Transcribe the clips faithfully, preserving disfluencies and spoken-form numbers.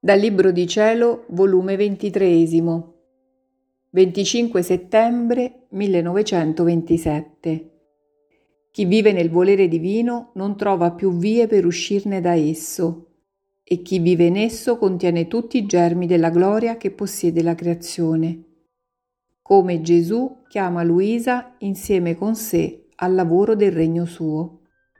Dal Libro di Cielo, volume ventitreesimo, venticinque settembre millenovecentoventisette. Chi vive nel volere divino non trova più vie per uscirne da esso, e chi vive in esso contiene tutti i germi della gloria che possiede la creazione. Come Gesù chiama Luisa insieme con sé al lavoro del regno suo.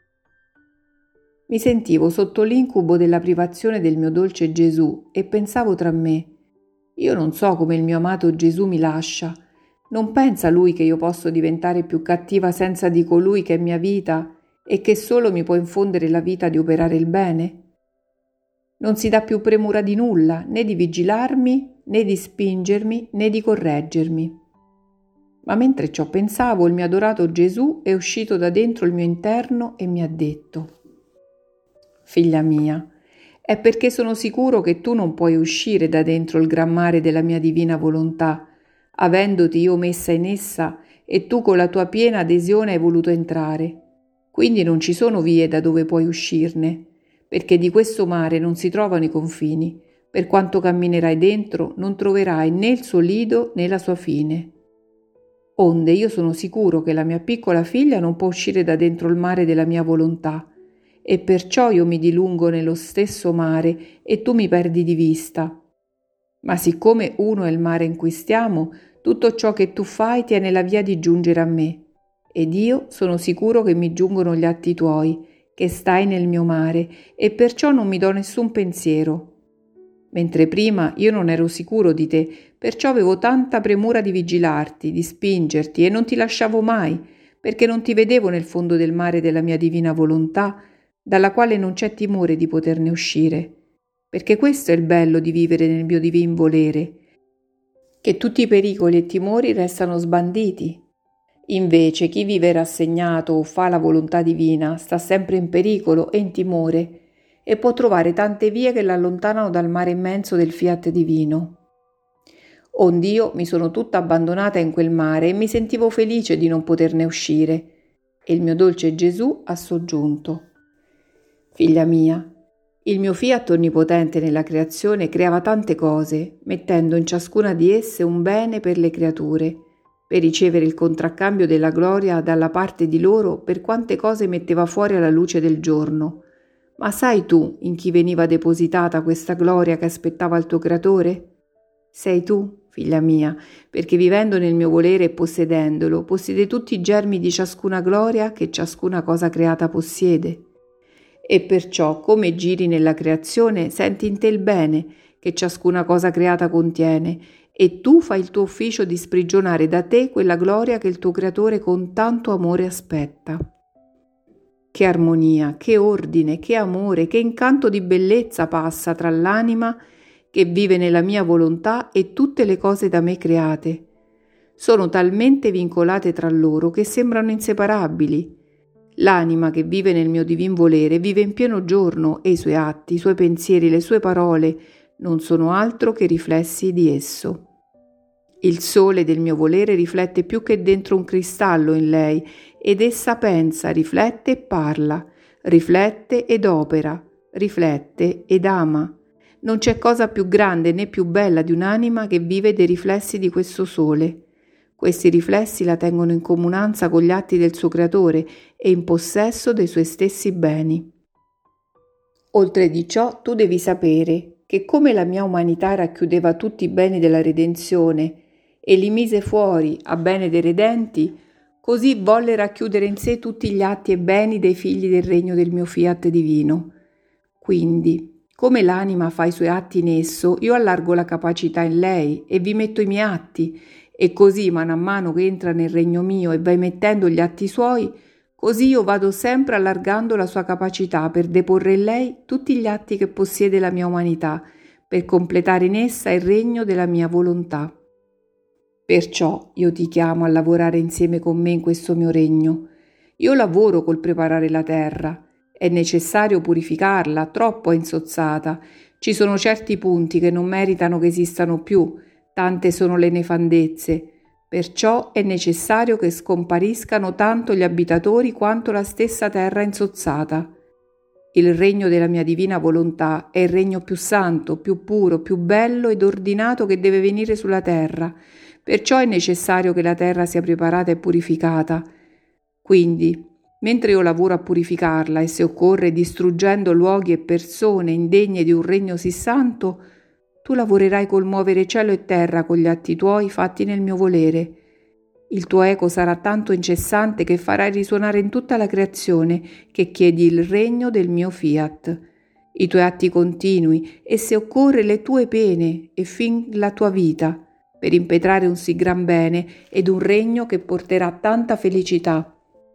Mi sentivo sotto l'incubo della privazione del mio dolce Gesù e pensavo tra me: io non so come il mio amato Gesù mi lascia. Non pensa lui che io posso diventare più cattiva senza di colui che è mia vita e che solo mi può infondere la vita di operare il bene? Non si dà più premura di nulla, né di vigilarmi, né di spingermi, né di correggermi. Ma mentre ciò pensavo, il mio adorato Gesù è uscito da dentro il mio interno e mi ha detto: Figlia mia, è perché sono sicuro che tu non puoi uscire da dentro il gran mare della mia divina volontà, avendoti io messa in essa e tu con la tua piena adesione hai voluto entrare. Quindi non ci sono vie da dove puoi uscirne, perché di questo mare non si trovano i confini. Per quanto camminerai dentro, non troverai né il suo lido né la sua fine. Onde io sono sicuro che la mia piccola figlia non può uscire da dentro il mare della mia volontà, e perciò io mi dilungo nello stesso mare e tu mi perdi di vista. Ma siccome uno è il mare in cui stiamo, tutto ciò che tu fai tiene la via di giungere a me, ed io sono sicuro che mi giungono gli atti tuoi, che stai nel mio mare, e perciò non mi do nessun pensiero. Mentre prima io non ero sicuro di te, perciò avevo tanta premura di vigilarti, di spingerti, e non ti lasciavo mai, perché non ti vedevo nel fondo del mare della mia divina volontà, dalla quale non c'è timore di poterne uscire, perché questo è il bello di vivere nel mio divin volere, che tutti i pericoli e timori restano sbanditi. Invece chi vive rassegnato o fa la volontà divina sta sempre in pericolo e in timore e può trovare tante vie che l'allontanano dal mare immenso del fiat divino. Ond'io mi sono tutta abbandonata in quel mare e mi sentivo felice di non poterne uscire, e il mio dolce Gesù ha soggiunto: Figlia mia, il mio fiat onnipotente nella creazione creava tante cose, mettendo in ciascuna di esse un bene per le creature, per ricevere il contraccambio della gloria dalla parte di loro per quante cose metteva fuori alla luce del giorno. Ma sai tu in chi veniva depositata questa gloria che aspettava il tuo creatore? Sei tu, figlia mia, perché vivendo nel mio volere e possedendolo, possiede tutti i germi di ciascuna gloria che ciascuna cosa creata possiede. E perciò, come giri nella creazione, senti in te il bene che ciascuna cosa creata contiene, e tu fai il tuo ufficio di sprigionare da te quella gloria che il tuo creatore con tanto amore aspetta. Che armonia, che ordine, che amore, che incanto di bellezza passa tra l'anima che vive nella mia volontà e tutte le cose da me create. Sono talmente vincolate tra loro che sembrano inseparabili. L'anima che vive nel mio divin volere vive in pieno giorno e i suoi atti, i suoi pensieri, le sue parole non sono altro che riflessi di esso. Il sole del mio volere riflette più che dentro un cristallo in lei, ed essa pensa, riflette e parla, riflette ed opera, riflette ed ama. Non c'è cosa più grande né più bella di un'anima che vive dei riflessi di questo sole. Questi riflessi la tengono in comunanza con gli atti del suo creatore e in possesso dei suoi stessi beni. Oltre di ciò, tu devi sapere che come la mia umanità racchiudeva tutti i beni della redenzione e li mise fuori a bene dei redenti, così volle racchiudere in sé tutti gli atti e beni dei figli del regno del mio fiat divino. Quindi, come l'anima fa i suoi atti in esso, io allargo la capacità in lei e vi metto i miei atti, e così mano a mano che entra nel regno mio e va mettendo gli atti suoi, così io vado sempre allargando la sua capacità per deporre in lei tutti gli atti che possiede la mia umanità, per completare in essa il regno della mia volontà. Perciò io ti chiamo a lavorare insieme con me in questo mio regno. Io lavoro col preparare la terra. È necessario purificarla, troppo è insozzata. Ci sono certi punti che non meritano che esistano più, tante sono le nefandezze. Perciò è necessario che scompariscano tanto gli abitatori quanto la stessa terra insozzata. Il regno della mia divina volontà è il regno più santo, più puro, più bello ed ordinato che deve venire sulla terra. Perciò è necessario che la terra sia preparata e purificata. Quindi, mentre io lavoro a purificarla e se occorre distruggendo luoghi e persone indegne di un regno sì santo, tu lavorerai col muovere cielo e terra con gli atti tuoi fatti nel mio volere. Il tuo eco sarà tanto incessante che farai risuonare in tutta la creazione che chiedi il regno del mio fiat. I tuoi atti continui e se occorre le tue pene e fin la tua vita per impetrare un sì gran bene ed un regno che porterà tanta felicità.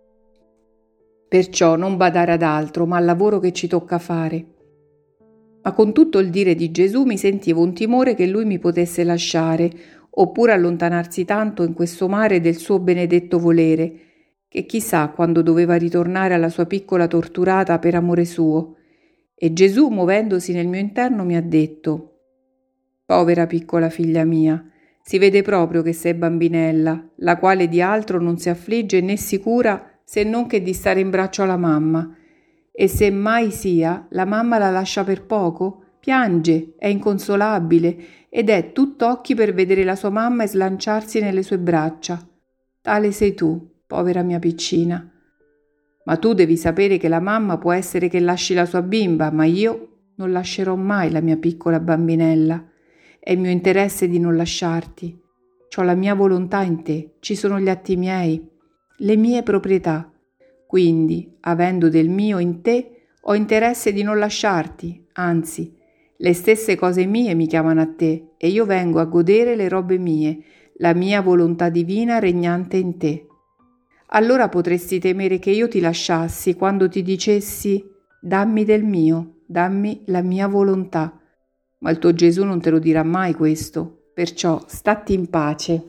Perciò non badare ad altro, ma al lavoro che ci tocca fare. Ma con tutto il dire di Gesù mi sentivo un timore che lui mi potesse lasciare, oppure allontanarsi tanto in questo mare del suo benedetto volere, che chissà quando doveva ritornare alla sua piccola torturata per amore suo. E Gesù, muovendosi nel mio interno, mi ha detto: «Povera piccola figlia mia, si vede proprio che sei bambinella, la quale di altro non si affligge né si cura se non che di stare in braccio alla mamma. E se mai sia, la mamma la lascia per poco, piange, è inconsolabile ed è tutt'occhi per vedere la sua mamma e slanciarsi nelle sue braccia. Tale sei tu, povera mia piccina. Ma tu devi sapere che la mamma può essere che lasci la sua bimba, ma io non lascerò mai la mia piccola bambinella. È il mio interesse di non lasciarti. C'ho la mia volontà in te, ci sono gli atti miei, le mie proprietà. Quindi, avendo del mio in te, ho interesse di non lasciarti, anzi, le stesse cose mie mi chiamano a te e io vengo a godere le robe mie, la mia volontà divina regnante in te. Allora potresti temere che io ti lasciassi quando ti dicessi: dammi del mio, dammi la mia volontà. Ma il tuo Gesù non te lo dirà mai questo, perciò statti in pace».